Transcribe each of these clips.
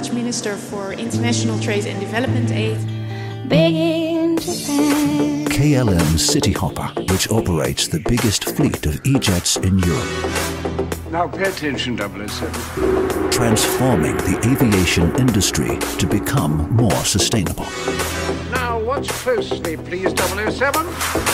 Dutch Minister for International Trade and Development Aid. Big in Japan. KLM Cityhopper, which operates the biggest fleet of E-jets in Europe. Now pay attention, 007. Transforming the aviation industry to become more sustainable. Now watch closely, please, 007.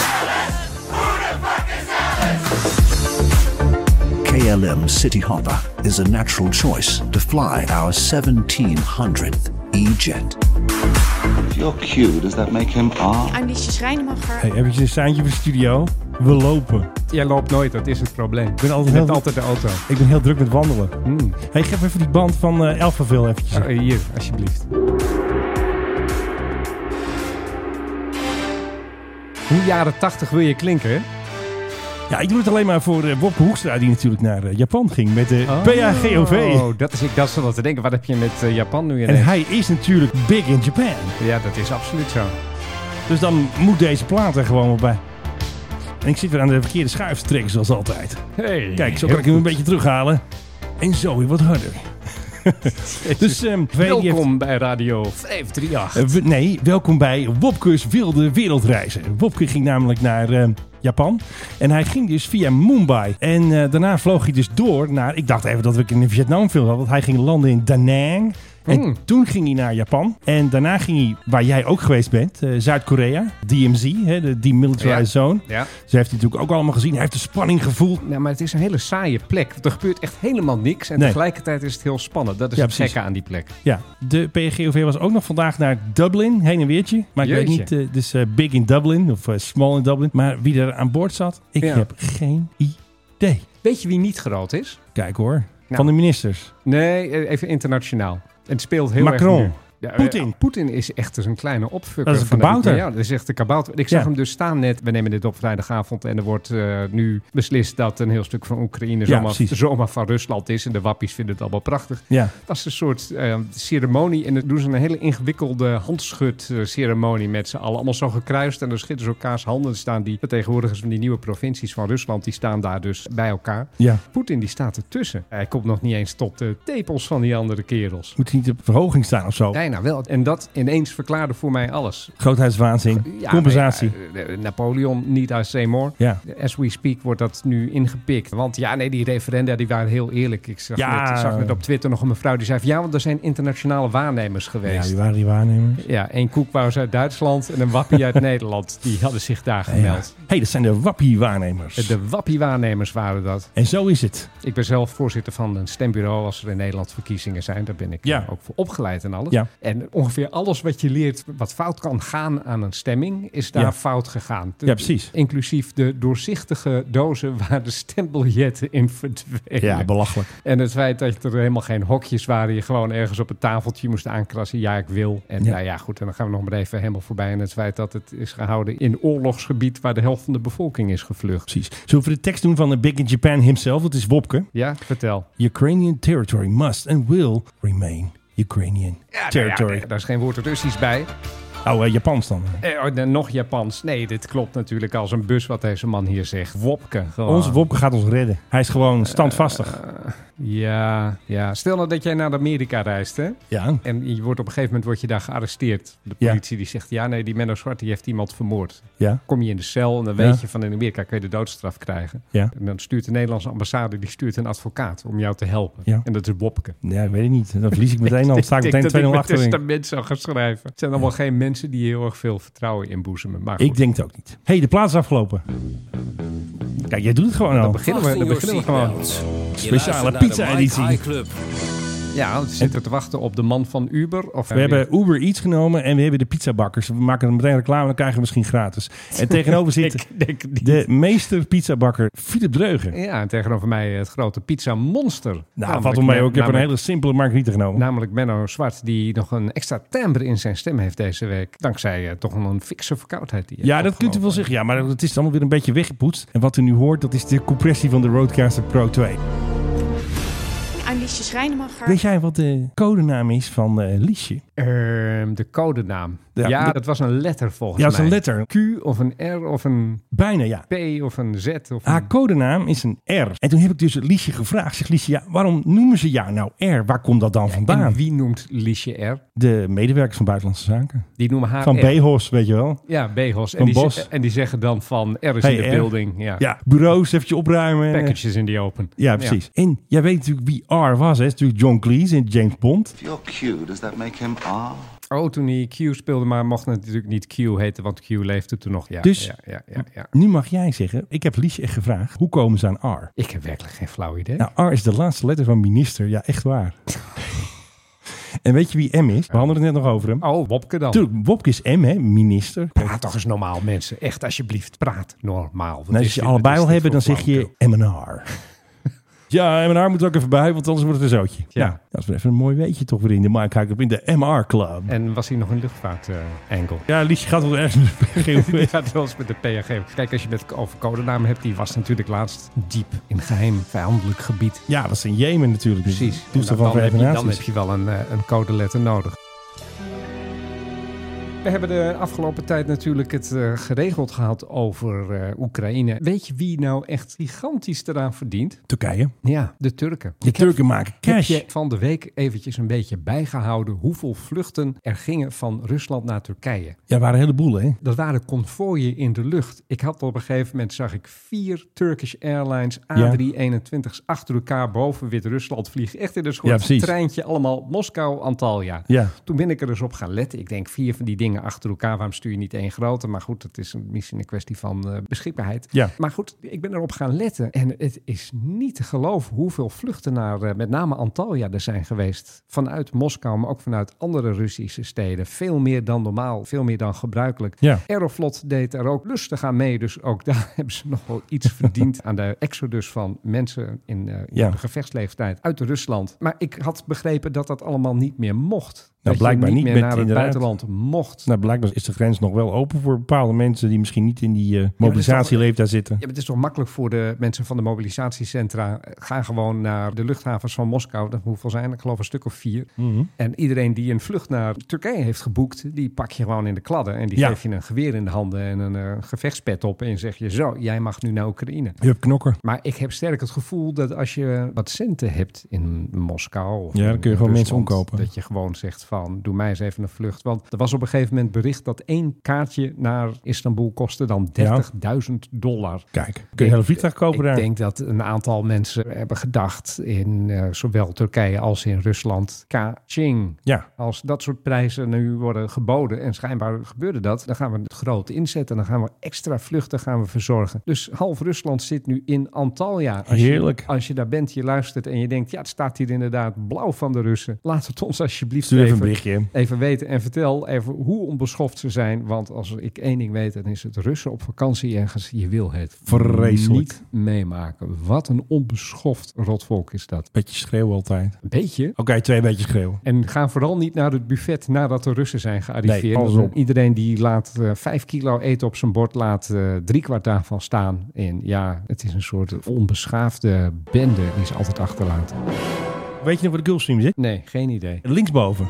KLM Cityhopper is a natural choice to fly our 1700th E-jet. If you're Q, does that make him R? Anliesje Schrijnemacher. Hey, eventjes een seintje voor de studio. We lopen. Jij loopt nooit, dat is het probleem. Ik ben altijd, je hebt altijd de auto. Ik ben heel druk met wandelen. Hey, geef even die band van Alphaville eventjes. Hier, alsjeblieft. Hoe jaren 80 wil je klinken, hè? Ja, ik doe het alleen maar voor Wopke Hoekstra, die natuurlijk naar Japan ging met de PAGOV. Oh, dat zat al te denken. Wat heb je met Japan nu ineens? En hij is natuurlijk big in Japan. Ja, dat is absoluut zo. Dus dan moet deze plaat er gewoon wel bij. En ik zit weer aan de verkeerde schuif te trekken, zoals altijd. Hey, kijk, zo kan ik hem een beetje terughalen. En zo weer wat harder. Dus, welkom bij Radio 538. Welkom bij Wopke's Wilde Wereldreizen. Wopke ging namelijk naar Japan. En hij ging dus via Mumbai. En daarna vloog hij dus door naar... Ik dacht even dat we een Vietnamfilm hadden. Want hij ging landen in Da Nang. En toen ging hij naar Japan. En daarna ging hij, waar jij ook geweest bent, Zuid-Korea. DMZ, de Demilitarized Zone. Ja. Dus heeft hij natuurlijk ook allemaal gezien. Hij heeft de spanning gevoeld. Nou, maar het is een hele saaie plek. Er gebeurt echt helemaal niks. En tegelijkertijd is het heel spannend. Dat is het gekke aan die plek. Ja, de PAGOV was ook nog vandaag naar Dublin. Heen en weertje. Maar ik weet niet, dus big in Dublin of small in Dublin. Maar wie er aan boord zat, ik heb geen idee. Weet je wie niet groot is? Kijk hoor, van de ministers. Nee, even internationaal. Het speelt heel Macron. erg nu. Ja, Poetin is echt een kleine opfukker. Dat is een kabouter. Ja, dat is echt een kabouter. Ik zag hem dus staan net. We nemen dit op vrijdagavond. En er wordt nu beslist dat een heel stuk van Oekraïne zomaar van Rusland is. En de wappies vinden het allemaal prachtig. Ja. Dat is een soort ceremonie. En dan doen ze een hele ingewikkelde handschudceremonie met z'n allen. Allemaal zo gekruist. En dan schudden ze elkaars handen. Er staan die vertegenwoordigers van die nieuwe provincies van Rusland. Die staan daar dus bij elkaar. Ja. Poetin die staat ertussen. Hij komt nog niet eens tot de tepels van die andere kerels. Moet hij niet op verhoging staan of zo? Nou wel. En dat ineens verklaarde voor mij alles. Grootheidswaanzin. Compensatie. Napoleon, niet uit Seymour. Ja. As we speak wordt dat nu ingepikt. Want die referenda die waren heel eerlijk. Ik zag net op Twitter nog een mevrouw die zei van, want er zijn internationale waarnemers geweest. Ja, wie waren die waarnemers? Ja, een koekbouwers uit Duitsland en een wappie uit Nederland. Die hadden zich daar gemeld. Hey, dat zijn de wappie-waarnemers. De wappie-waarnemers waren dat. En zo is het. Ik ben zelf voorzitter van een stembureau als er in Nederland verkiezingen zijn. Daar ben ik ook voor opgeleid en alles. Ja. En ongeveer alles wat je leert wat fout kan gaan aan een stemming, is daar fout gegaan. Ja, precies. Inclusief de doorzichtige dozen waar de stembiljetten in verdwenen. Ja, belachelijk. En het feit dat er helemaal geen hokjes waren, je gewoon ergens op een tafeltje moest aankrassen. Ja, ik wil. En goed, en dan gaan we nog maar even helemaal voorbij. En het feit dat het is gehouden in oorlogsgebied waar de helft van de bevolking is gevlucht. Precies. Zullen we de tekst doen van de Big in Japan himself? Dat is Wopke. Ja, vertel. Ukrainian territory must and will remain Ukrainian territory. Daar is geen woord Russisch bij. Japans dan? Nog Japans. Nee, dit klopt natuurlijk als een bus wat deze man hier zegt. Wopke. Gewoon. Onze Wopke gaat ons redden. Hij is gewoon standvastig. Ja. Stel nou dat jij naar Amerika reist, hè? Ja. En je wordt op een gegeven moment word je daar gearresteerd. De politie die zegt, die Menno Zwart die heeft iemand vermoord. Ja. Kom je in de cel en dan weet je van in Amerika kun je de doodstraf krijgen. Ja. En dan stuurt de Nederlandse ambassade een advocaat om jou te helpen. Ja. En dat is Wopke. Ja, weet ik niet. Dan verlies ik meteen al. Dan sta ik meteen 2-0 achterin. Ik denk dat ik mijn testament zou gaan schrijven. Het zijn allemaal geen mensen die heel erg veel vertrouwen inboezemen. Maar ik denk het ook niet. Hey, de plaats is afgelopen. Kijk, jij doet het gewoon al. Dan beginnen we gewoon. Speciale pizza-editie. Ja, we zitten te wachten op de man van Uber. We hebben Uber Eats genomen en we hebben de pizzabakkers. We maken er meteen reclame en dan krijgen we misschien gratis. En tegenover zit de meester pizzabakker Philip Dreugen. Ja, en tegenover mij het grote pizza monster. Valt om mij ook. Ik heb een hele simpele margarita genomen. Namelijk Menno Zwart, die nog een extra timbre in zijn stem heeft deze week. Dankzij toch een fikse verkoudheid. Die dat kunt u wel zeggen. Ja, maar het is allemaal weer een beetje weggepoetst. En wat u nu hoort, dat is de compressie van de Rodecaster Pro 2. Anliesje Schrijnemacher. Weet jij wat de codenaam is van Liesje? De codenaam. Ja, dat was een letter volgens mij. Ja, dat is een letter. Q of een R of een... Bijna, ja. P of een Z. Of haar codenaam is een R. En toen heb ik dus Liesje gevraagd. Zeg Liesje, ja, waarom noemen ze jou nou R? Waar komt dat dan vandaan? En wie noemt Liesje R? De medewerkers van Buitenlandse Zaken. Die noemen haar van R. BHOS, weet je wel. Ja, BHOS. En die zeggen dan van R is in de building. Ja, bureaus eventjes opruimen. Packages in the open. Ja, precies. Ja. En jij weet natuurlijk wie R was. Hè? Het is natuurlijk John Cleese in James Bond. If you're Q, does that make him R? Oh, toen hij Q speelde, maar mocht het natuurlijk niet Q heten, want Q leefde toen nog. Ja, dus ja. Nu mag jij zeggen, ik heb Liesje echt gevraagd, hoe komen ze aan R? Ik heb werkelijk geen flauw idee. Nou, R is de laatste letter van minister. Ja, echt waar. En weet je wie M is? We hadden het net nog over hem. Oh, Wopke dan. Tuurlijk, Wopke is M, hè? Minister. Praat toch eens normaal, mensen. Echt, alsjeblieft. Praat normaal. Nou, als je allebei wil hebben, dan zeg je M&R. Ja, M&R moet er ook even bij, want anders wordt het een zootje. Ja. Nou, dat is even een mooi weetje toch weer in de markt. Kijk op in de MR Club. En was hij nog een luchtvaart-angle? Ja, Liesje gaat wel ergens met de PRG. Die gaat wel eens met de PRG. Kijk, als je het over codenamen hebt, die was natuurlijk laatst diep in geheim vijandelijk gebied. Ja, dat is in Jemen natuurlijk. Precies. Dan heb je wel een codeletter nodig. We hebben de afgelopen tijd natuurlijk het geregeld gehad over Oekraïne. Weet je wie nou echt gigantisch eraan verdient? Turkije. Ja, de Turken. De Turken maken cash. Heb je van de week eventjes een beetje bijgehouden hoeveel vluchten er gingen van Rusland naar Turkije? Ja, waren een heleboel, hè? Dat waren konvooien in de lucht. Ik had op een gegeven moment, zag ik 4 Turkish Airlines A321's achter elkaar boven Wit-Rusland vliegen. Echt in een soort treintje, allemaal Moskou-Antalya. Ja. Toen ben ik er dus op gaan letten. Ik denk 4 van die dingen achter elkaar. Waarom stuur je niet 1 grote? Maar goed, het is misschien een kwestie van beschikbaarheid. Ja. Maar goed, ik ben erop gaan letten. En het is niet te geloven hoeveel vluchten naar met name Antalya er zijn geweest. Vanuit Moskou, maar ook vanuit andere Russische steden. Veel meer dan normaal, veel meer dan gebruikelijk. Ja. Aeroflot deed er ook lustig aan mee. Dus ook daar hebben ze nog wel iets verdiend aan de exodus van mensen in de gevechtsleeftijd uit Rusland. Maar ik had begrepen dat dat allemaal niet meer mocht. Nou, blijkbaar niet meer naar het buitenland mocht. Nou, blijkbaar is de grens nog wel open voor bepaalde mensen die misschien niet in die mobilisatieleeftijd zitten. Ja, maar het is toch makkelijk voor de mensen van de mobilisatiecentra. Ga gewoon naar de luchthavens van Moskou. Hoeveel zijn er? Ik geloof een stuk of 4. Mm-hmm. En iedereen die een vlucht naar Turkije heeft geboekt, die pak je gewoon in de kladden. En die geef je een geweer in de handen en een gevechtspet op. En zeg je zo, jij mag nu naar Oekraïne. Je hebt knokker. Maar ik heb sterk het gevoel dat als je wat centen hebt in Moskou. Of dan kun je gewoon mensen omkopen. Dat je gewoon zegt van, doe mij eens even een vlucht. Want er was op een gegeven moment bericht dat 1 kaartje naar Istanbul kostte dan $30.000. Kijk, kun je een hele vliegtuig kopen daar? Ik denk dat een aantal mensen hebben gedacht in zowel Turkije als in Rusland. Ka-ching. Ja. Als dat soort prijzen nu worden geboden, en schijnbaar gebeurde dat, dan gaan we het groot inzetten. Dan gaan we extra vluchten verzorgen. Dus half Rusland zit nu in Antalya. Heerlijk. Als je daar bent, je luistert en je denkt, ja, het staat hier inderdaad blauw van de Russen. Laat het ons alsjeblieft stuur even een berichtje. Even weten en vertel even hoe onbeschoft ze zijn. Want als ik 1 ding weet, dan is het Russen op vakantie ergens. Je wil het vreselijk niet meemaken. Wat een onbeschoft rotvolk is dat. Beetje schreeuwen altijd. Een beetje? Oké, 2 beetje schreeuwen. En ga vooral niet naar het buffet nadat de Russen zijn gearriveerd. Nee, iedereen die laat 5 kilo eten op zijn bord, laat 3/4 daarvan staan. En ja, het is een soort onbeschaafde bende die ze altijd achterlaten. Weet je nog waar de Gulfstream zit? Nee, geen idee. Linksboven.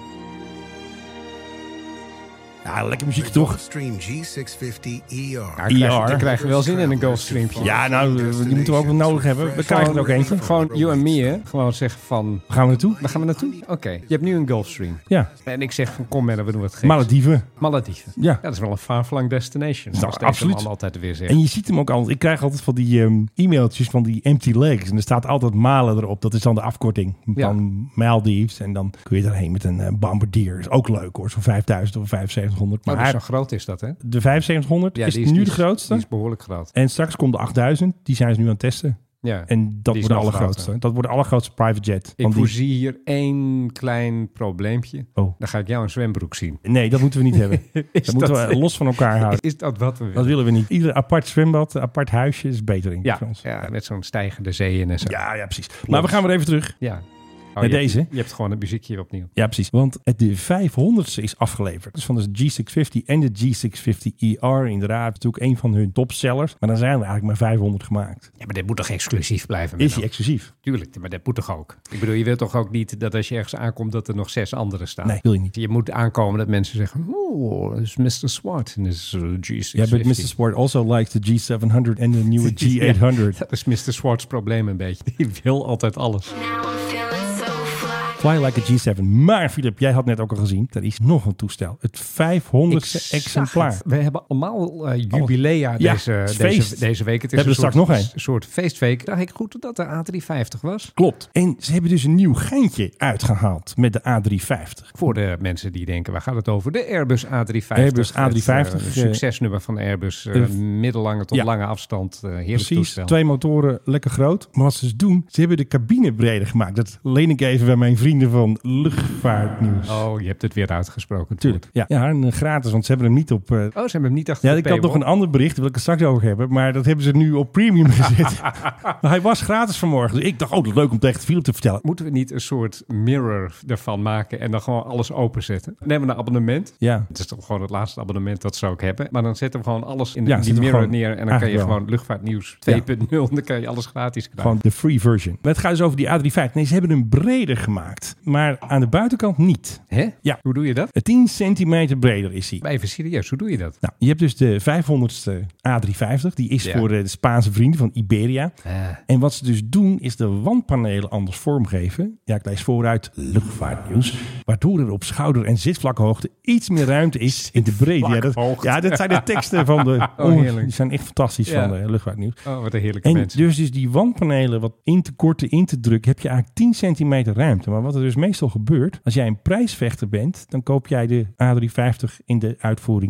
Ja, lekker muziek toch? Gulfstream G650 ER. Ja, je krijgt wel zin in een Gulfstreampje. Ja, nou, die moeten we ook wel nodig hebben. We krijgen er ook eentje. Gewoon you and me, hè? Gewoon zeggen van... Waar gaan we naartoe? Waar gaan we naartoe? Oké. Je hebt nu een Gulfstream. Ja. En ik zeg van, kom maar, we doen wat geks. Malediven. Ja. Dat is wel een far-flung destination. Nou, absoluut. Altijd weer zeggen. En je ziet hem ook altijd. Ik krijg altijd van die e-mailtjes van die empty legs. En er staat altijd Malen erop. Dat is dan de afkorting van Maldives. En dan kun je daarheen met een Bombardier. Is ook leuk hoor. Zo'n 5000 of 7500. Maar zo groot is dat, hè? De 7500 is nu de grootste. Die is behoorlijk groot. En straks komt de 8000. Die zijn ze nu aan het testen. Ja, en dat wordt de allergrootste. Dat wordt de allergrootste private jet. Ik voorzie hier 1 klein probleempje. Dan ga ik jou een zwembroek zien. Nee, dat moeten we niet hebben. Dat moeten we los van elkaar houden. Is dat wat we willen? Dat willen we niet. Ieder apart zwembad, apart huisje is beter, denk ik. Ja, met zo'n stijgende zeeën en zo. Ja, precies. Los. Maar we gaan weer even terug. Ja. deze. Je hebt gewoon een muziekje opnieuw. Ja, precies. Want de 500ste is afgeleverd. Dus van de G650 en de G650ER inderdaad. Natuurlijk een van hun topsellers. Maar dan zijn er eigenlijk maar 500 gemaakt. Ja, maar dit moet toch exclusief blijven? Is die exclusief? Tuurlijk, maar dat moet toch ook? Ik bedoel, je wilt toch ook niet dat als je ergens aankomt dat er nog 6 anderen staan? Nee, wil je niet. Je moet aankomen dat mensen zeggen, oh, dat is Mr. Swart en dat is G650. Ja, but Mr. Swart also likes the G700 en de nieuwe G800. Ja, dat is Mr. Swart's probleem een beetje. Die wil altijd alles. Fly like a G7. Maar Philip, jij had net ook al gezien, er is nog een toestel. Het 500ste exemplaar. We hebben allemaal jubilea deze week. Het is een straks nog een soort feestweek. Dacht ik goed dat de A350 was? Klopt. En ze hebben dus een nieuw geintje uitgehaald met de A350. Voor de mensen die denken, waar gaat het over? De Airbus A350. Airbus A350. Het succesnummer van Airbus. Middellange tot lange afstand. Heerlijk precies, toestel. 2 motoren, lekker groot. Maar wat ze dus doen, ze hebben de cabine breder gemaakt. Dat leen ik even bij mijn vrienden van Luchtvaartnieuws. Oh, je hebt het weer uitgesproken. Tuurlijk. Ja, en gratis, want ze hebben hem niet op... ze hebben hem niet achter de ik had nog een ander bericht, daar wil ik het straks over hebben. Maar dat hebben ze nu op premium gezet. Maar hij was gratis vanmorgen. Dus ik dacht, dat is leuk om tegen Philip te vertellen. Moeten we niet een soort mirror ervan maken en dan gewoon alles openzetten? Dan nemen we een abonnement. Ja. Het is toch gewoon het laatste abonnement dat ze ook hebben. Maar dan zetten we gewoon alles in die mirror neer. En dan kan je gewoon Luchtvaartnieuws 2.0. Dan kan je alles gratis krijgen. Gewoon de free version. Maar het gaat dus over die A350. Nee, ze hebben hem breder gemaakt. Maar aan de buitenkant niet. Hè? Ja. Hoe doe je dat? 10 centimeter breder is hij. Maar even serieus, hoe doe je dat? Nou, je hebt dus de 500ste A350. Die is voor de Spaanse vrienden van Iberia. En wat ze dus doen, is de wandpanelen anders vormgeven. Ja, ik lees vooruit Luchtvaartnieuws. Waardoor er op schouder- en zitvlakhoogte iets meer ruimte is in de breedte. Dat zijn de teksten van de... die zijn echt fantastisch van de Luchtvaartnieuws. Oh, wat een heerlijke mensen. Dus die wandpanelen wat in te korten, in te drukken, heb je eigenlijk 10 centimeter ruimte. Maar wat er dus meestal gebeurt, als jij een prijsvechter bent, dan koop jij de A350 in de uitvoering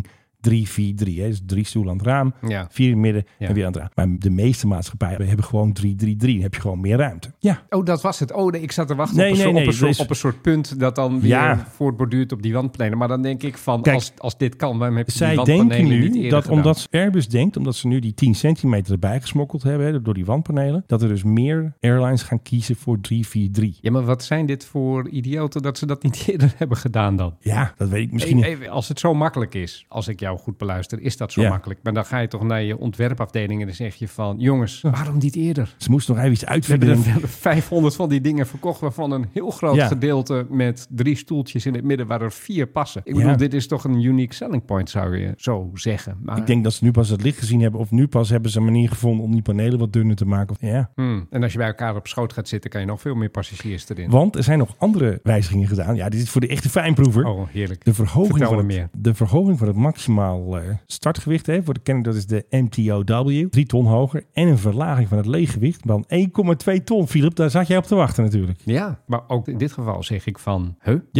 343. Dus 3 stoelen aan het raam, 4 in het midden en weer aan het raam. Maar de meeste maatschappijen hebben gewoon 333. Dan heb je gewoon meer ruimte. Ja. Oh, dat was het. Oh, ik zat te wachten op een soort punt dat dan weer voortborduurt op die wandpanelen. Maar dan denk ik van, kijk, als dit kan, waarom heb je die wandpanelen niet eerder dat gedaan? Omdat Airbus denkt, omdat ze nu die 10 centimeter erbij gesmokkeld hebben, door die wandpanelen, dat er dus meer airlines gaan kiezen voor 343. Ja, maar wat zijn dit voor idioten dat ze dat niet eerder hebben gedaan dan? Ja, dat weet ik misschien niet. Als het zo makkelijk is, als ik jou goed beluister, is dat zo makkelijk. Maar dan ga je toch naar je ontwerpafdeling en dan zeg je van, jongens, waarom niet eerder? Ze moesten nog even iets uitvinden. We hebben 500 van die dingen verkocht, waarvan een heel groot gedeelte met 3 stoeltjes in het midden, waar er 4 passen. Ik bedoel, dit is toch een unique selling point, zou je zo zeggen. Maar... Ik denk dat ze nu pas het licht gezien hebben, of nu pas hebben ze een manier gevonden om die panelen wat dunner te maken. En als je bij elkaar op schoot gaat zitten, kan je nog veel meer passagiers erin. Want er zijn nog andere wijzigingen gedaan. Ja, dit is voor de echte fijnproever. Oh, heerlijk. De verhoging van het maximaal startgewicht, voor de kenner, dat is de MTOW, 3 ton hoger. En een verlaging van het leeggewicht van 1,2 ton, Philip. Daar zat jij op te wachten natuurlijk. Ja, maar ook in dit geval zeg ik van,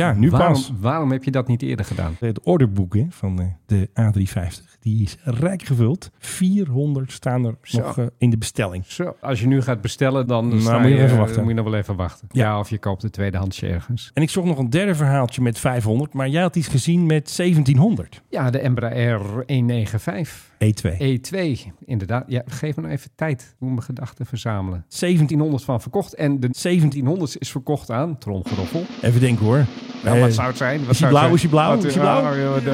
waarom heb je dat niet eerder gedaan? Het orderboek van de A350, die is rijk gevuld. 400 staan er nog in de bestelling. Zo, als je nu gaat bestellen, dan moet je nog wel even wachten. Ja, of je koopt een tweedehandsje ergens. En ik zocht nog een derde verhaaltje met 500, maar jij had iets gezien met 1700. Ja, de Embraer 195. E2, inderdaad. Ja, geef me nou even tijd om mijn gedachten verzamelen. 1700 van verkocht en de 1700 is verkocht aan tromgeroffel. Even denken hoor. Nou, wat zou het zijn? Is hij blauw? Is hij blauw?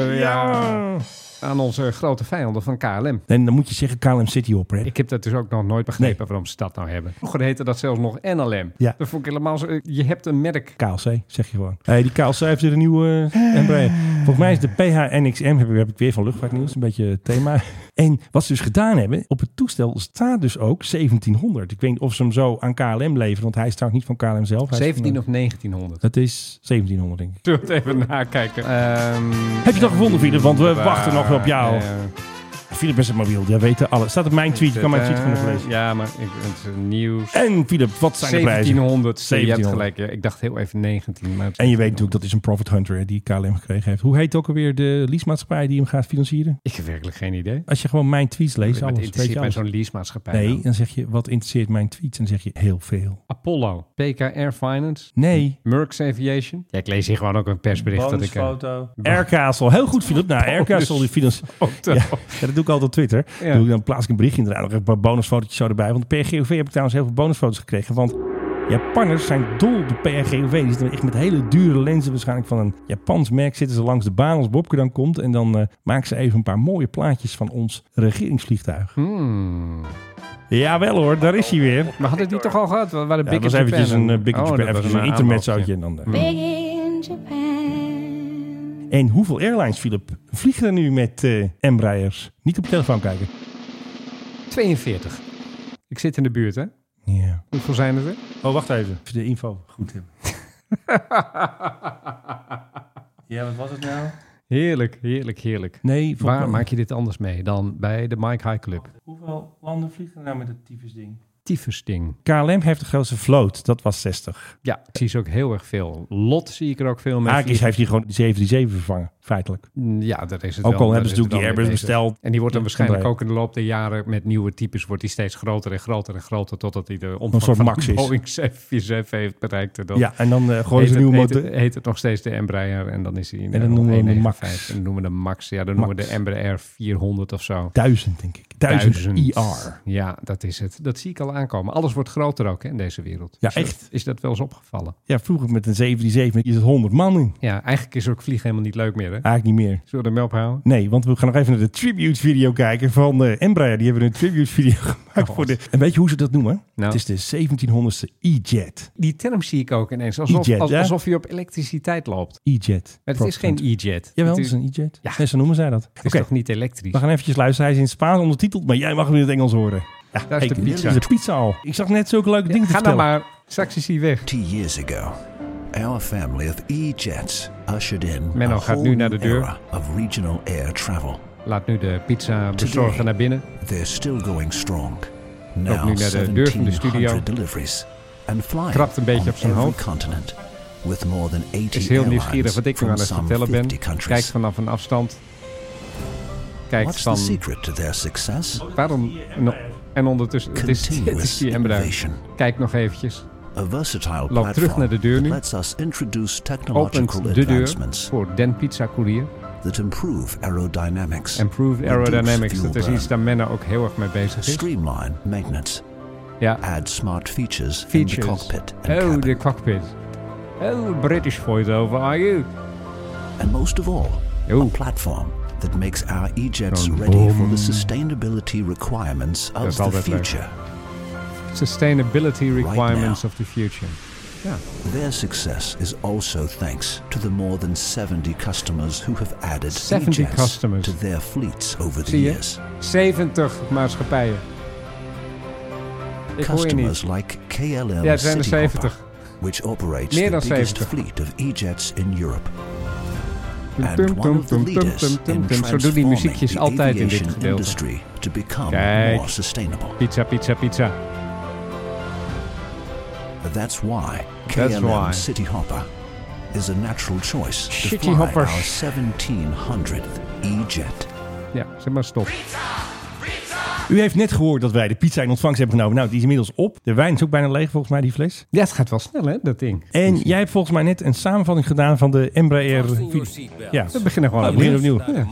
Ja. Aan onze grote vijanden van KLM. En dan moet je zeggen KLM Cityhopper. Hè? Ik heb dat dus ook nog nooit begrepen waarom ze dat nou hebben. Vroeger heette dat zelfs nog NLM. Ja. Dat vond ik helemaal zo. Je hebt een merk. KLC, zeg je gewoon. Die KLC heeft weer een nieuwe Embraer. Volgens mij is de PHNXM, heb ik weer van Luchtvaartnieuws, een beetje het thema. En wat ze dus gedaan hebben, op het toestel staat dus ook 1700. Ik weet niet of ze hem zo aan KLM leveren, want hij is trouwens niet van KLM zelf. 17 of 1900? Het is 1700, denk ik. Zullen we het even nakijken? Heb je dat gevonden, Philip? Want we wachten nog op jou. Philip is het mobiel, jij weet alles. Staat op mijn tweet, je kan mijn tweet gewoon even lezen. Ja, maar het nieuws. En Philip, wat zijn de prijzen? 1700. Je hebt gelijk, ik dacht heel even 19. Maar en je weet natuurlijk, dat is een Profit Hunter die KLM gekregen heeft. Hoe heet ook alweer de leasemaatschappij die hem gaat financieren? Ik heb werkelijk geen idee. Als je gewoon mijn tweets leest, wat interesseert mij zo'n leasemaatschappij? Nee, dan zeg je, wat interesseert mijn tweets? En dan zeg je heel veel. Apollo, PK Air Finance. Nee. Merck's Aviation. Ja, ik lees hier gewoon ook een persbericht. Bonusfoto. Aircastle. Heel goed, Philip. Nou, Aircastle, die finance. Ja, dat doe ik altijd op Twitter. Ja. Dan plaats ik een berichtje inderdaad. Nog even een paar bonusfotootjes zo erbij. Want de PGOV heb ik trouwens heel veel bonusfoto's gekregen. Want Japanners zijn dol op de PRGOV. Die zitten echt met hele dure lenzen. Waarschijnlijk van een Japans merk zitten ze langs de baan als Bobke dan komt. En dan maken ze even een paar mooie plaatjes van ons regeringsvliegtuig. Jawel hoor, daar is hij weer. Maar had het niet toch al gehad? Dat was eventjes een Big in Japan. Even een intermezzootje. Big in Japan. En hoeveel airlines, Philip, vliegen er nu met Embraers? Niet op de telefoon kijken. 42. Ik zit in de buurt, hè? Ja. Hoeveel zijn er? Oh, wacht even. Even de info goed hebben. Ja, wat was het nou? Heerlijk, heerlijk, heerlijk. Nee, waar maak je dit anders mee dan bij de Mike High Club? Hoeveel landen vliegen er nou met het tyfusding? Tyfusding. KLM heeft de grootste vloot. Dat was 60. Ja, ik zie ze ook heel erg veel. LOT zie ik er ook veel mee. Eigenlijk heeft hij gewoon de 737 vervangen, feitelijk. Ja, daar is het ook wel. Ook al hebben ze natuurlijk die Airbus besteld. En die wordt dan waarschijnlijk ook in de loop der jaren met nieuwe types wordt die steeds groter en groter en groter totdat hij de omvang van max de Boeing 747 heeft bereikt. En dan ja, en dan gooien ze een nieuwe motor. Heet het nog steeds de Embraer en dan is hij en dan noemen we de max. En dan noemen we de max. Ja, dan noemen we de Embraer 400 of zo. 1000 denk ik. 1000 IR. Ja, dat is het. Dat zie ik al aankomen. Alles wordt groter ook hè, in deze wereld. Ja, echt. Is dat wel eens opgevallen? Ja, vroeger met een 737 is het 100 man in. Ja, eigenlijk is ook vliegen helemaal niet leuk meer hè? Eigenlijk niet meer. Zullen we ermee ophouden? Nee, want we gaan nog even naar de tribute video kijken van Embraer. Die hebben een tribute video gemaakt voor de... En weet je hoe ze dat noemen? Nou. Het is de 1700ste E-Jet. Die term zie ik ook ineens. Alsof je op elektriciteit loopt. E-Jet. Maar het is geen E-Jet. Jawel, het is een E-Jet. Ja. Nee, zo noemen zij dat. Het is toch niet elektrisch? We gaan eventjes luisteren. Hij is in het Spaans ondertiteld, maar jij mag hem in het Engels horen. Ja, daar is de pizza. Dit is de pizza al. Ik zag net zulke leuke dingen te vertellen. Ga nou maar. Straks is hij weg. 2 years ago, our family of E-Jets ushered in Menno gaat nu naar de deur. Of regional air travel. Laat nu de pizza bezorger naar binnen. They're still going strong. Loopt nu naar de deur van de studio. Krabt een beetje op zijn hoofd. Is heel nieuwsgierig wat ik nu aan het vertellen ben. Kijkt vanaf een afstand. Kijkt van... Waarom... En ondertussen... Het is die Embraer. Kijk nog eventjes. Loopt terug naar de deur nu. Opent de deur voor Den Pizza Courier. Improve aerodynamics. Dat is iets daar Menno ook heel erg mee bezig is. Streamline maintenance. Ja. Add smart features. In the cockpit. Oh, de cockpit. Oh, British voice-over, are you? And most of all, a platform that makes our E-Jets ready for the sustainability requirements of the future. Sustainability requirements of the future. Yeah. Their success is also thanks to the more than 70 customers who have added 70 E-Jets customers to their fleets over the years. 70 maatschappijen. Ik hoor je niet. Customers like KLM ja, het zijn er 70. Which operates meer dan the biggest 70. fleet of E-Jets in Europe. And one of the leaders in zo doen die muziekjes altijd in dit gedeelte. Industry to become more sustainable. Pizza, pizza, pizza. That's why KLM City Hopper is a natural choice to fly our 1700th E-Jet. Ja, zeg maar stop. U heeft net gehoord dat wij de pizza in ontvangst hebben genomen. Nou, die is inmiddels op. De wijn is ook bijna leeg volgens mij, die fles. Ja, het gaat wel snel hè, dat ding. En jij hebt volgens mij net een samenvatting gedaan van de Embraer. Ja, we beginnen gewoon opnieuw. Ja.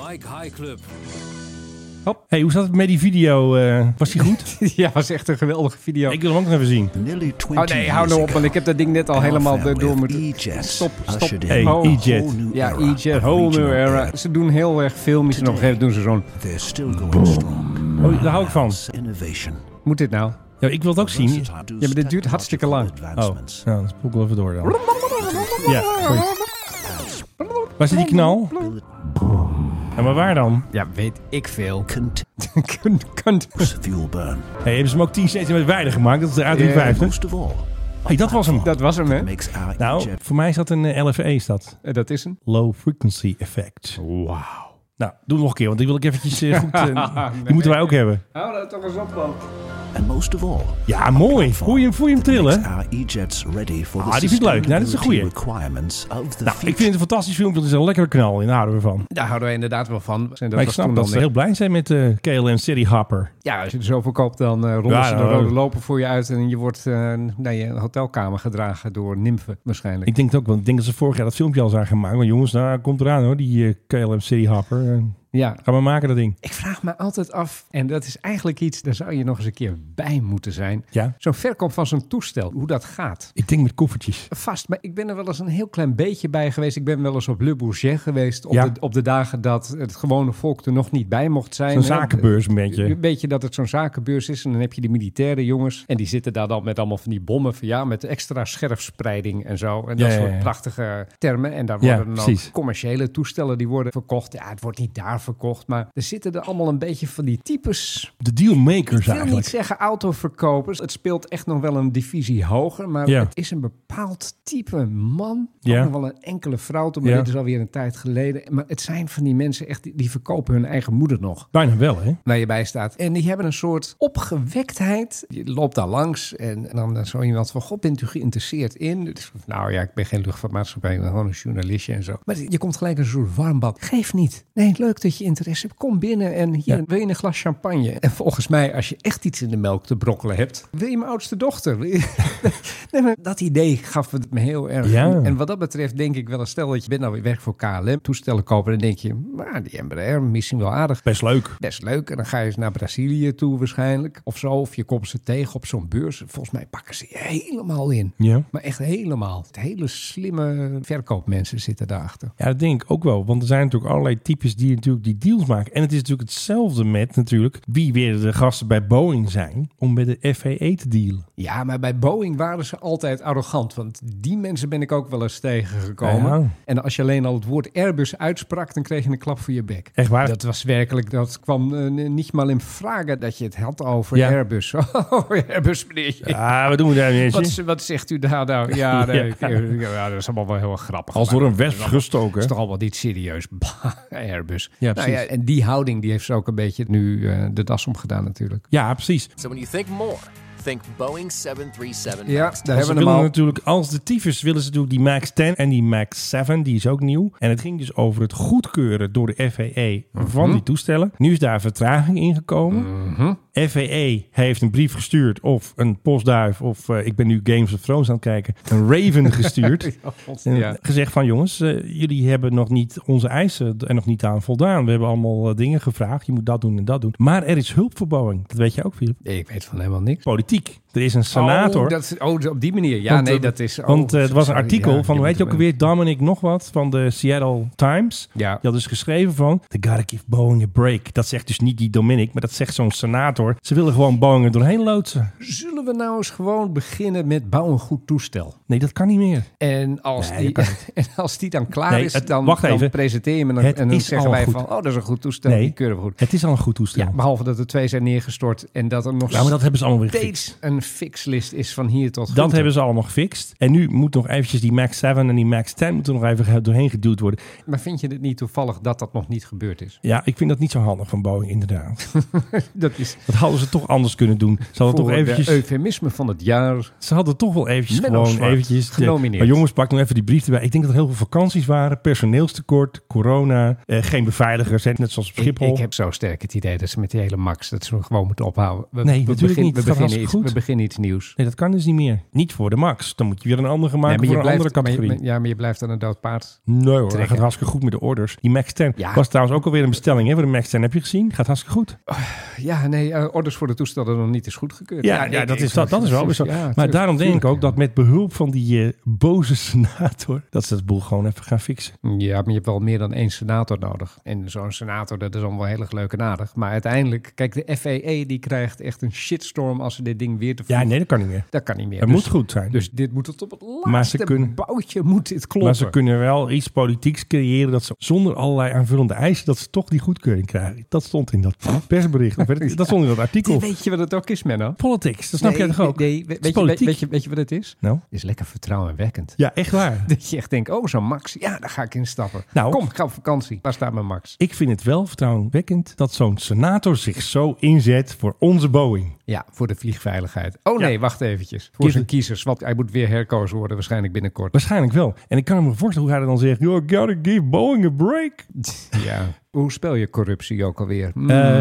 Hop. Hey, hoe zat het met die video? Was die goed? Ja, was echt een geweldige video. Ik wil hem ook nog even zien. Oh nee, hou nou op, want ik heb dat ding net al helemaal door moeten... Stop. Hey, E-Jet. Ja, E-Jet, whole new era. Ze doen heel erg filmpjes en op een gegeven moment doen ze zo'n... Oh, daar hou ik van. Moet dit nou? Ja, ik wil het ook zien. Ja, maar dit duurt hartstikke lang. Oh, nou, dan spoel ik wel even door dan. Ja, sorry. Waar zit die knal? Ja, maar waar dan? Ja, weet ik veel. Fuel burn. Hey, hebben ze hem ook 10 centimeter wijder gemaakt? Dat is de A350. Hey, dat was hem. Dat was hem, hè? Nou, voor mij is dat een LFE, is dat. Dat is een? Low Frequency Effect. Wauw. Nou, doe het nog een keer, want die wil ik eventjes goed... Die moeten wij ook hebben. Hou dat toch eens op, man. And most of all, ja, mooi. Voel je hem trillen? Die vind ik leuk. Nou, dat is een goeie. Nou, ik vind het een fantastisch film. Dat is een lekkere knal. En daar houden we van. Daar houden we inderdaad wel van. Maar ik snap dat ze heel blij zijn met KLM City Hopper. Ja, als je er zoveel koopt, dan rollen ze de rode lopen voor je uit. En je wordt naar je hotelkamer gedragen door nymfen waarschijnlijk. Ik denk het ook, want ik denk dat ze vorig jaar dat filmpje al zijn gemaakt. Maar jongens, daar komt eraan hoor, die KLM City Hopper. Ja. Ga maar maken dat ding. Ik vraag me altijd af, en dat is eigenlijk iets, daar zou je nog eens een keer bij moeten zijn. Ja. Zo'n verkoop van zo'n toestel, hoe dat gaat. Ik denk met koffertjes. Vast, maar ik ben er wel eens een heel klein beetje bij geweest. Ik ben wel eens op Le Bourget geweest op de dagen dat het gewone volk er nog niet bij mocht zijn. Zo'n zakenbeurs een beetje. Een beetje dat het zo'n zakenbeurs is. En dan heb je de militaire jongens. En die zitten daar dan met allemaal van die bommen van met extra scherfspreiding en zo. En dat soort prachtige termen. En daar worden dan ook commerciële toestellen die worden verkocht. Ja, het wordt niet daar verkocht. Maar er zitten er allemaal een beetje van die types. De dealmakers eigenlijk. Ik wil niet zeggen autoverkopers. Het speelt echt nog wel een divisie hoger. Maar het is een bepaald type man. Ook nog wel een enkele vrouw. Maar dit is alweer een tijd geleden. Maar het zijn van die mensen echt, die verkopen hun eigen moeder nog. Bijna wel, hè? Waar je bij staat. En die hebben een soort opgewektheid. Je loopt daar langs en dan zo iemand van, god, bent u geïnteresseerd in? Dus, nou ja, ik ben geen luchtvaartmaatschappij, ik ben gewoon een journalistje en zo. Maar je komt gelijk een soort warmbad. Geef niet. Nee, leuk dat je interesse hebt. Kom binnen en hier, wil je een glas champagne? En volgens mij, als je echt iets in de melk te brokkelen hebt, wil je mijn oudste dochter? Nee, maar dat idee gaf het me heel erg. Ja. En wat dat betreft denk ik wel eens, stel dat je bent nou weer werk voor KLM, toestellen kopen, dan denk je, maar die Embraer, misschien wel aardig. Best leuk. Best leuk. En dan ga je eens naar Brazilië toe waarschijnlijk. Of zo. Of je komt ze tegen op zo'n beurs. Volgens mij pakken ze je helemaal in. Ja. Maar echt helemaal. Hele slimme verkoopmensen zitten daarachter. Ja, dat denk ik ook wel. Want er zijn natuurlijk allerlei types die natuurlijk die deals maken. En het is natuurlijk hetzelfde met natuurlijk wie weer de gasten bij Boeing zijn om met de FAA te dealen. Ja, maar bij Boeing waren ze altijd arrogant. Want die mensen ben ik ook wel eens tegengekomen. Ja. En als je alleen al het woord Airbus uitsprak, dan kreeg je een klap voor je bek. Echt waar? Dat was werkelijk, dat kwam niet maar in vragen dat je het had over Airbus. Oh, Airbus, meneertje. Ja, wat doen we daar, meneertje? Wat zegt u daar nou? Ja, dat is allemaal wel heel erg grappig. Als door een wesp gestoken. Dat is toch allemaal niet serieus. Airbus. Ja, precies. Nou ja, en die houding die heeft ze ook een beetje nu de das omgedaan natuurlijk. Ja, precies. So when you think more, think Boeing 737 ja, MAX. daar hebben we willen natuurlijk, als de tyfus willen ze natuurlijk die MAX 10 en die MAX 7, die is ook nieuw. En het ging dus over het goedkeuren door de FAA van die toestellen. Nu is daar vertraging ingekomen. FAA heeft een brief gestuurd of een postduif of ik ben nu Games of Thrones aan het kijken, een Raven gestuurd. En gezegd van jongens, jullie hebben nog niet onze eisen er nog niet aan voldaan. We hebben allemaal dingen gevraagd. Je moet dat doen en dat doen. Maar er is hulp voor Boeing. Dat weet je ook, Philip. Ik weet van helemaal niks. Politiek. Er is een senator. Op die manier. Ja, want, dat is... want het was een artikel van, hoe heet je ook alweer, Dominic nog wat, van de Seattle Times. Ja. Die had dus geschreven van, they gotta give Boeing a break. Dat zegt dus niet die Dominic, maar dat zegt zo'n senator. Ze willen gewoon Boeing er doorheen loodsen. Zullen we nou eens gewoon beginnen met bouw een goed toestel? Nee, dat kan niet meer. En als die dan klaar is, dan presenteer je me en dan zeggen wij van, dat is een goed toestel. Die keuren we goed. Het is al een goed toestel. Ja, behalve dat er 2 zijn neergestort en dat er nog maar dat hebben ze allemaal weer gefixt. Een fixlist is van hier tot dat hebben ze allemaal gefixt. En nu moet nog eventjes die MAX 7 en die MAX 10 moeten nog even doorheen geduwd worden. Maar vind je het niet toevallig dat dat nog niet gebeurd is? Ja, ik vind dat niet zo handig van Boeing, inderdaad. Dat hadden ze toch anders kunnen doen. Ze hadden toch eventjes de eufemisme van het jaar. Ze hadden toch wel eventjes genomineerd. Maar jongens, pak nog even die brief erbij. Ik denk dat er heel veel vakanties waren, personeelstekort, corona, geen beveiligers, net zoals op Schiphol. Ik heb zo sterk het idee dat ze met die hele MAX dat ze gewoon moeten ophouden. We beginnen iets nieuws. Nee, dat kan dus niet meer. Niet voor de MAX. Dan moet je weer een andere maken voor een andere categorie. Maar je blijft aan een dood paard. Nee hoor, dat gaat hartstikke goed met de orders. Die MAX 10 was trouwens ook alweer een bestelling voor de MAX 10. Heb je gezien? Gaat hartstikke goed. Orders voor de toestellen nog niet is goedgekeurd. Dat is wel weer zo. Maar daarom denk ik ook dat met behulp van die boze senator, dat ze dat boel gewoon even gaan fixen. Ja, maar je hebt wel meer dan 1 senator nodig. En zo'n senator, dat is allemaal heel erg leuk en aardig. Maar uiteindelijk, kijk, de FAA die krijgt echt een shitstorm als ze dit ding weer te voeren. Ja, nee, dat kan niet meer. Dat kan niet meer. Het moet goed zijn. Dus dit moet tot op het laatste boutje moet dit kloppen. Maar ze kunnen wel iets politieks creëren dat ze zonder allerlei aanvullende eisen, dat ze toch die goedkeuring krijgen. Dat stond in dat persbericht. Dat stond in dat artikel. Weet je wat het ook is, Menno? Politics, dat snap jij toch ook? Nee, weet je wat het is? Nou? Het is lekker vertrouwenwekkend. Ja, echt waar. Dat je echt denkt, zo'n Max, daar ga ik instappen. Nou, kom, ik ga op vakantie. Waar staat mijn Max? Ik vind het wel vertrouwenwekkend dat zo'n senator zich zo inzet voor onze Boeing. Ja, voor de vliegveiligheid. tijd. Oh nee, wacht eventjes. Voor zijn kiezers, want hij moet weer herkozen worden waarschijnlijk binnenkort. Waarschijnlijk wel. En ik kan me voorstellen hoe hij dan zegt, you gotta give Boeing a break. Ja. Hoe spel je corruptie ook alweer?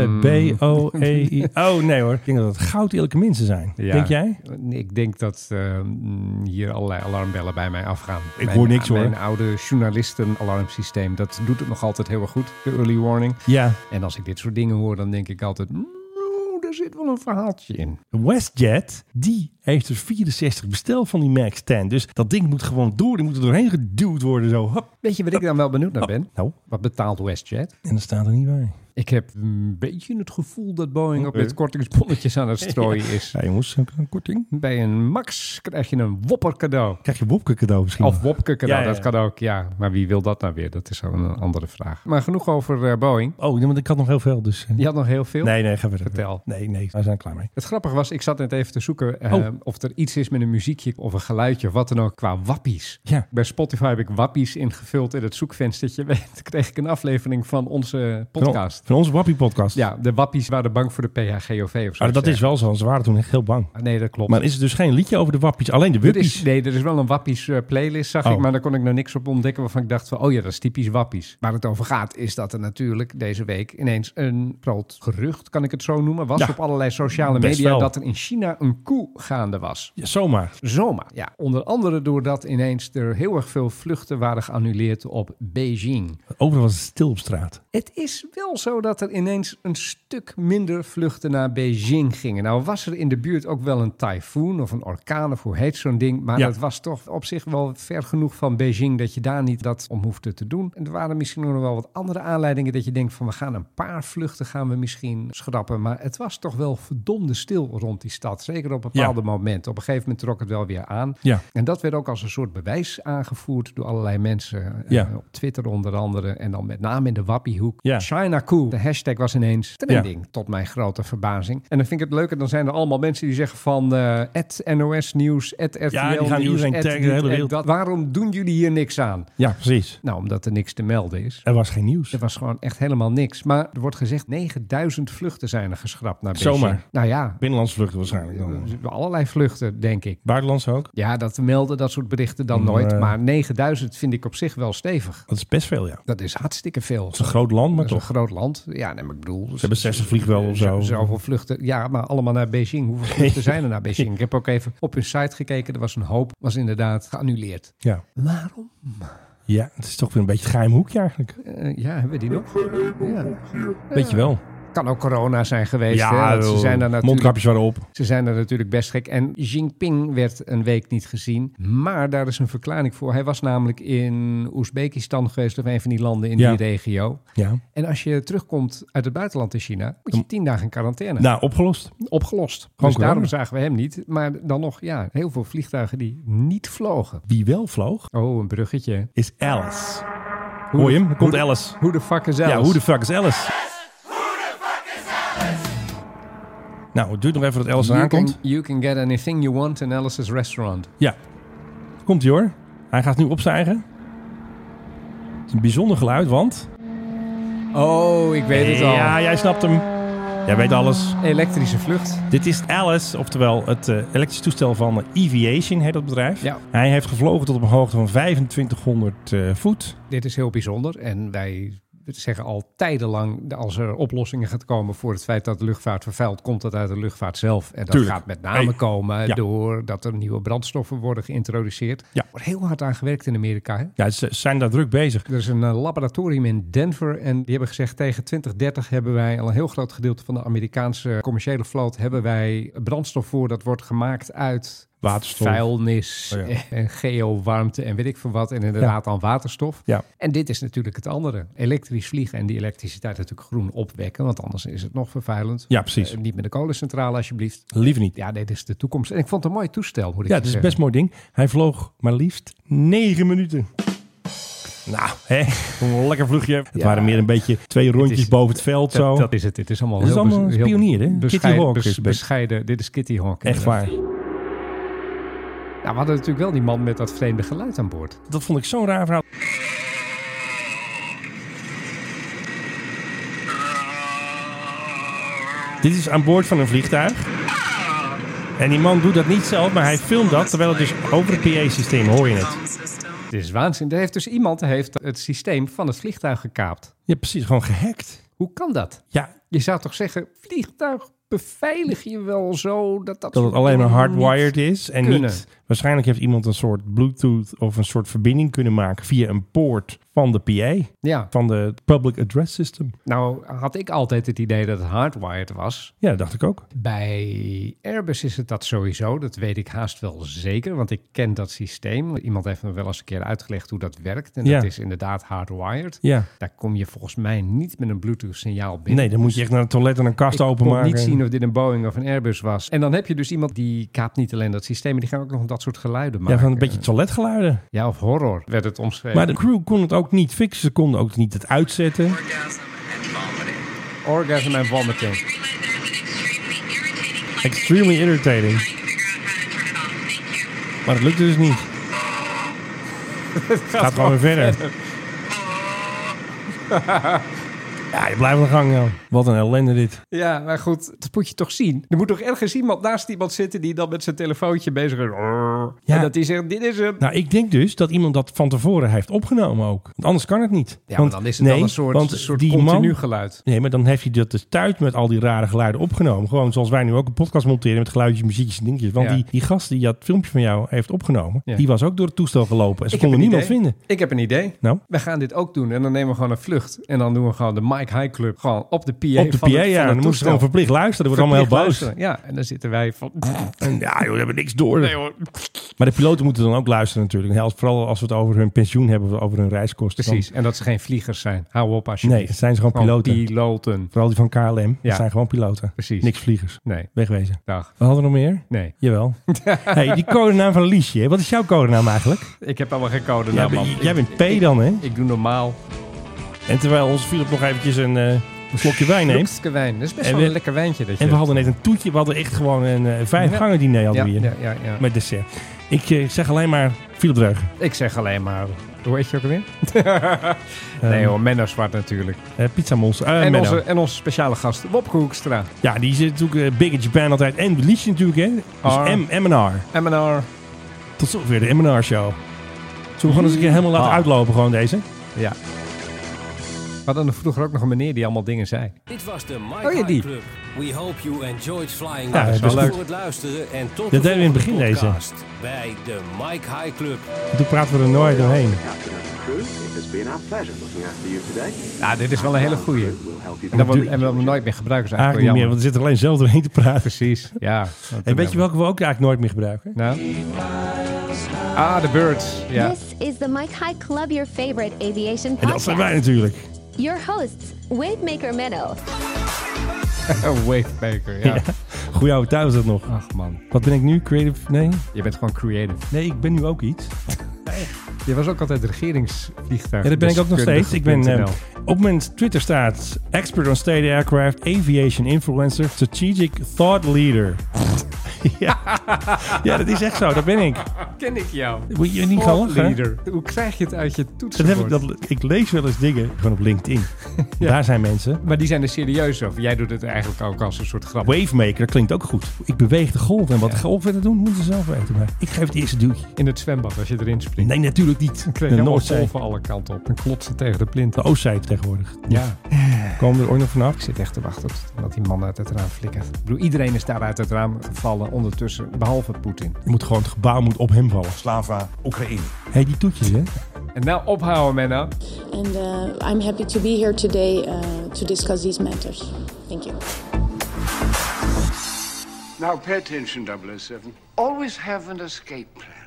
B-O-E-I. Oh nee hoor. Ik denk dat het goud eerlijke mensen zijn. Ja. Denk jij? Ik denk dat hier allerlei alarmbellen bij mij afgaan. Ik hoor niks hoor. Mijn oude journalisten-alarmsysteem, dat doet het nog altijd heel erg goed. De early warning. Ja. En als ik dit soort dingen hoor, dan denk ik altijd... er zit wel een verhaaltje in. WestJet, die heeft er 64 besteld van die MAX 10. Dus dat ding moet gewoon door. Die moet er doorheen geduwd worden. Zo. Hop. Weet je wat ik dan wel benieuwd naar ben? Nou. Wat betaalt WestJet? En dat staat er niet bij. Ik heb een beetje het gevoel dat Boeing ook met kortingsbonnetjes aan het strooien is. Ja jongens, een korting. Bij een Max krijg je een Whopper cadeau. Krijg je Wopke cadeau misschien? Of Wopke cadeau, dat kan ook. Ja, maar wie wil dat nou weer? Dat is een andere vraag. Maar genoeg over Boeing. Oh, want ik had nog heel veel. Dus. Je had nog heel veel? Nee, ga verder. Vertel. Nee, wij zijn klaar mee. Het grappige was, ik zat net even te zoeken of er iets is met een muziekje of een geluidje of wat dan ook qua wappies. Ja. Bij Spotify heb ik wappies ingevuld in het zoekvenstertje. Toen kreeg ik een aflevering van onze podcast. Van onze wappie podcast. Ja, de wappies waren bang voor de PHGOV of zo. Dat is wel zo. Ze waren toen echt heel bang. Nee, dat klopt. Maar is er dus geen liedje over de wappies? Alleen de wuppies? Er is wel een wappies playlist, zag ik. Maar daar kon ik nog niks op ontdekken waarvan ik dacht van... oh ja, dat is typisch wappies. Waar het over gaat is dat er natuurlijk deze week ineens een groot gerucht, kan ik het zo noemen, was op allerlei sociale media dat er in China een coup gaande was. Ja, zomaar. Ja. Onder andere doordat ineens er heel erg veel vluchten waren geannuleerd op Beijing. Overal was het stil op straat. Het is wel zo dat er ineens een stuk minder vluchten naar Beijing gingen. Nou was er in de buurt ook wel een tyfoon of een orkaan of hoe heet zo'n ding. Maar dat was toch op zich wel ver genoeg van Beijing dat je daar niet dat om hoefde te doen. En er waren misschien nog wel wat andere aanleidingen dat je denkt van we gaan een paar vluchten gaan we misschien schrappen. Maar het was toch wel verdomde stil rond die stad. Zeker op bepaalde momenten. Op een gegeven moment trok het wel weer aan. Ja. En dat werd ook als een soort bewijs aangevoerd door allerlei mensen. Op Twitter onder andere. En dan met name in de wappiehoek. Ja. China coup. De hashtag was ineens trending. Tot mijn grote verbazing. En dan vind ik het leuker. Dan zijn er allemaal mensen die zeggen van @NOS Nieuws, @RTL Nieuws, waarom doen jullie hier niks aan? Ja, precies. Nou, omdat er niks te melden is. Er was geen nieuws. Er was gewoon echt helemaal niks. Maar er wordt gezegd 9000 vluchten zijn er geschrapt naar Beijing. Zomaar. Nou ja. Binnenlandse vluchten waarschijnlijk dan. Allerlei vluchten, denk ik. Buitenlandse ook? Ja, dat melden dat soort berichten dan nooit. Maar 9000 vind ik op zich wel stevig. Dat is best veel, ja. Dat is hartstikke veel. Het is een groot land, maar toch? Een groot land. Ja, nee, maar ik bedoel... Ze hebben 60 vliegvelden of zo. Zoveel vluchten. Ja, maar allemaal naar Beijing. Hoeveel vluchten zijn er naar Beijing? Ik heb ook even op hun site gekeken. Er was een hoop. Was inderdaad geannuleerd. Ja. Waarom? Ja, het is toch weer een beetje het geheim hoekje eigenlijk. Ja, hebben we die nog? Ja. Weet je wel. Kan ook corona zijn geweest. Ja, hè? Ze zijn daar natuurlijk, mondkapjes waren op. Ze zijn er natuurlijk best gek. En Jinping werd een week niet gezien. Maar daar is een verklaring voor. Hij was namelijk in Oezbekistan geweest, of een van die landen in die regio. Ja. En als je terugkomt uit het buitenland in China, moet je 10 dagen in quarantaine. Nou, opgelost. Dus daarom zagen we hem niet. Maar dan nog, heel veel vliegtuigen die niet vlogen. Wie wel vloog? Oh, een bruggetje. Is Alice. Hoor je hem? Er komt Alice. Hoe de fuck is Alice? Ja, hoe de fuck is Alice? Nou, het duurt nog even dat Alice aankomt. You can get anything you want in Alice's restaurant. Ja. Komt hij hoor. Hij gaat nu opstijgen. Het is een bijzonder geluid, want... Oh, ik weet het al. Ja, jij snapt hem. Jij weet alles. Elektrische vlucht. Dit is Alice, oftewel het elektrische toestel van Eviation, heet dat bedrijf. Ja. Hij heeft gevlogen tot op een hoogte van 2500 voet. Dit is heel bijzonder en wij zeggen al tijdenlang, als er oplossingen gaat komen voor het feit dat de luchtvaart vervuilt, komt dat uit de luchtvaart zelf. En dat gaat met name komen doordat er nieuwe brandstoffen worden geïntroduceerd. Ja. Er wordt heel hard aan gewerkt in Amerika. Hè? Ja, ze zijn daar druk bezig. Er is een laboratorium in Denver en die hebben gezegd tegen 2030 hebben wij al een heel groot gedeelte van de Amerikaanse commerciële vloot hebben wij brandstof voor dat wordt gemaakt uit waterstof, vuilnis, en geowarmte en weet ik veel wat. En inderdaad aan waterstof. Ja. En dit is natuurlijk het andere. Elektrisch vliegen en die elektriciteit natuurlijk groen opwekken. Want anders is het nog vervuilend. Ja, precies. Niet met de kolencentrale alsjeblieft. Liever niet. Ja, dit is de toekomst. En ik vond het een mooi toestel, moet ik zeggen. Ja, het is een best mooi ding. Hij vloog maar liefst 9 minuten. Nou, een lekker vluchtje. Het waren meer een beetje 2 rondjes boven het veld. Zo. Dat is het. Het is allemaal heel pionier, hè? Kitty Hawk is bescheiden. Dit is Kitty Hawk. Echt waar. Nou, we hadden natuurlijk wel die man met dat vreemde geluid aan boord. Dat vond ik zo'n raar verhaal. Dit is aan boord van een vliegtuig. En die man doet dat niet zelf, maar hij filmt dat, terwijl het dus over het PA-systeem hoor je het. Dit is waanzin. Er heeft dus iemand het systeem van het vliegtuig gekaapt. Ja, precies. Gewoon gehackt. Hoe kan dat? Ja. Je zou toch zeggen, vliegtuig beveilig je wel zo dat het alleen maar hardwired is en niet. Waarschijnlijk heeft iemand een soort Bluetooth of een soort verbinding kunnen maken via een poort van de PA. Ja. Van de Public Address System. Nou had ik altijd het idee dat het hardwired was. Ja, dat dacht ik ook. Bij Airbus is het dat sowieso. Dat weet ik haast wel zeker, want ik ken dat systeem. Iemand heeft me wel eens een keer uitgelegd hoe dat werkt. En dat is inderdaad hardwired. Ja. Daar kom je volgens mij niet met een Bluetooth signaal binnen. Nee, dan moet je echt naar het toilet en een kast openmaken. Ik kon niet zien of dit een Boeing of een Airbus was. En dan heb je dus iemand die kaapt niet alleen dat systeem, maar die gaan ook nog dat soort geluiden maken. Ja, van een beetje toiletgeluiden. Ja, of horror werd het omschreven. Maar de crew kon het ook niet fixen. Ze konden ook niet het uitzetten. Orgasm and vomiting. Extremely irritating. Maar dat lukte dus niet. Het gaat gewoon weer verder. Ja, je blijft aan de gang, joh. Wat een ellende dit. Ja, maar goed, dat moet je toch zien. Er moet toch ergens iemand naast iemand zitten die dan met zijn telefoontje bezig is. Ja. En dat hij zegt, dit is hem. Nou, ik denk dus dat iemand dat van tevoren heeft opgenomen ook. Want anders kan het niet. Ja, want, maar dan is het dan een soort continu geluid. Nee, maar dan heeft hij dat dus thuis met al die rare geluiden opgenomen. Gewoon zoals wij nu ook een podcast monteren met geluidjes, muziekjes en dingetjes. Want die gast die dat filmpje van jou heeft opgenomen, die was ook door het toestel gelopen. En ze konden niemand vinden. Ik heb een idee. Nou? We gaan dit ook doen. En dan nemen we gewoon een vlucht. En dan doen we gewoon de Mike High Club. Gewoon op de PA. Op de PA, ja. Dan moeten ze gewoon verplicht luisteren. Dat wordt allemaal heel boos. Ja, en dan zitten wij van... Ja, joh, we hebben niks door. Nee, hoor. Maar de piloten moeten dan ook luisteren natuurlijk. Vooral als we het over hun pensioen hebben, over hun reiskosten. Precies, en dat ze geen vliegers zijn. Hou op alsjeblieft. Nee, het zijn ze gewoon piloten. Vooral die van KLM. Dat zijn gewoon piloten. Precies. Niks vliegers. Nee. Wegwezen. Dag. Wat hadden we nog meer? Nee. Jawel. Hey, die codenaam van Liesje. Wat is jouw codenaam eigenlijk? Ik heb allemaal geen codenaam, man. Jij bent P dan, hè? Ik doe normaal. En terwijl onze Philip nog eventjes een slokje wijn neemt. Slokje wijn. Dat is best wel een lekker wijntje. Dat je we hadden net een toetje. We hadden echt gewoon een 5 gangen diner hadden we hier. Ja. Met dessert. Ik zeg alleen maar Philip Dreugen. Ik zeg alleen maar... Hoe heet je ook alweer? Nee hoor, Menno Zwart natuurlijk. Pizza Monster. En onze speciale gast, Wopke Hoekstra. Ja, die zit natuurlijk big in Japan altijd. En Liesje natuurlijk, hè. Dus M&R. M&R. Tot zover de M&R show. Zullen we gewoon eens een keer helemaal laten uitlopen, gewoon deze? Ja. We hadden vroeger ook nog een meneer die allemaal dingen zei. Dit was de Mike High Club. We hope you enjoyed flying. Ja, dat is wel leuk. Voor het luisteren en tot dat deden we in het begin deze. Bij de Mike High Club. En toen praten we er nooit doorheen. Ja, dit is wel een hele goeie. En dat we nooit meer gebruiken. Eigenlijk niet meer, want er zit er alleen zelf doorheen te praten. Precies, ja. En weet je welke we ook eigenlijk nooit meer gebruiken? Nou? The Birds. Ja. This is the Mike High Club, your favorite aviation podcast. En dat zijn wij natuurlijk. Your hosts, Wavemaker Menno. Wavemaker, ja. Goeie oude thuis dat nog. Ach man. Wat ben ik nu? Creative? Nee? Je bent gewoon creative. Nee, ik ben nu ook iets. Je was ook altijd regeringsvliegtuig. Ja, dat ben ik ook nog steeds. Ik ben op mijn Twitter staat expert on state aircraft, aviation influencer, strategic thought leader. Ja, dat is echt zo. Dat ben ik. Ken ik jou. Moet je niet gaan lachen? Hoe krijg je het uit je toetsenbord? Ik lees wel eens dingen gewoon op LinkedIn. Ja. Daar zijn mensen. Maar die zijn er serieus over. Jij doet het eigenlijk ook als een soort grap. Wavemaker, dat klinkt ook goed. Ik beweeg de golf. En wat de golf verder doen, moeten ze zelf weten. Maar ik geef het eerste duwtje. In het zwembad, als je erin springt. Nee, natuurlijk niet. Dan krijg je allemaal golven alle kanten op. En klotsen tegen de plint. De Oostzijde tegenwoordig. Ja. Komen we er ooit nog vanaf? Ik zit echt te wachten tot die man uit het raam flikkert. Ik bedoel, iedereen is daar uit het raam gevallen ondertussen. Behalve Poetin. Je moet gewoon, het gebouw moet op hem vallen. Slava, Oekraïne. Hé, die toetjes, hè? En nou ophouden, Menno. And I'm happy to be here today to discuss these matters. Thank you. Now pay attention, 007. Always have an escape plan.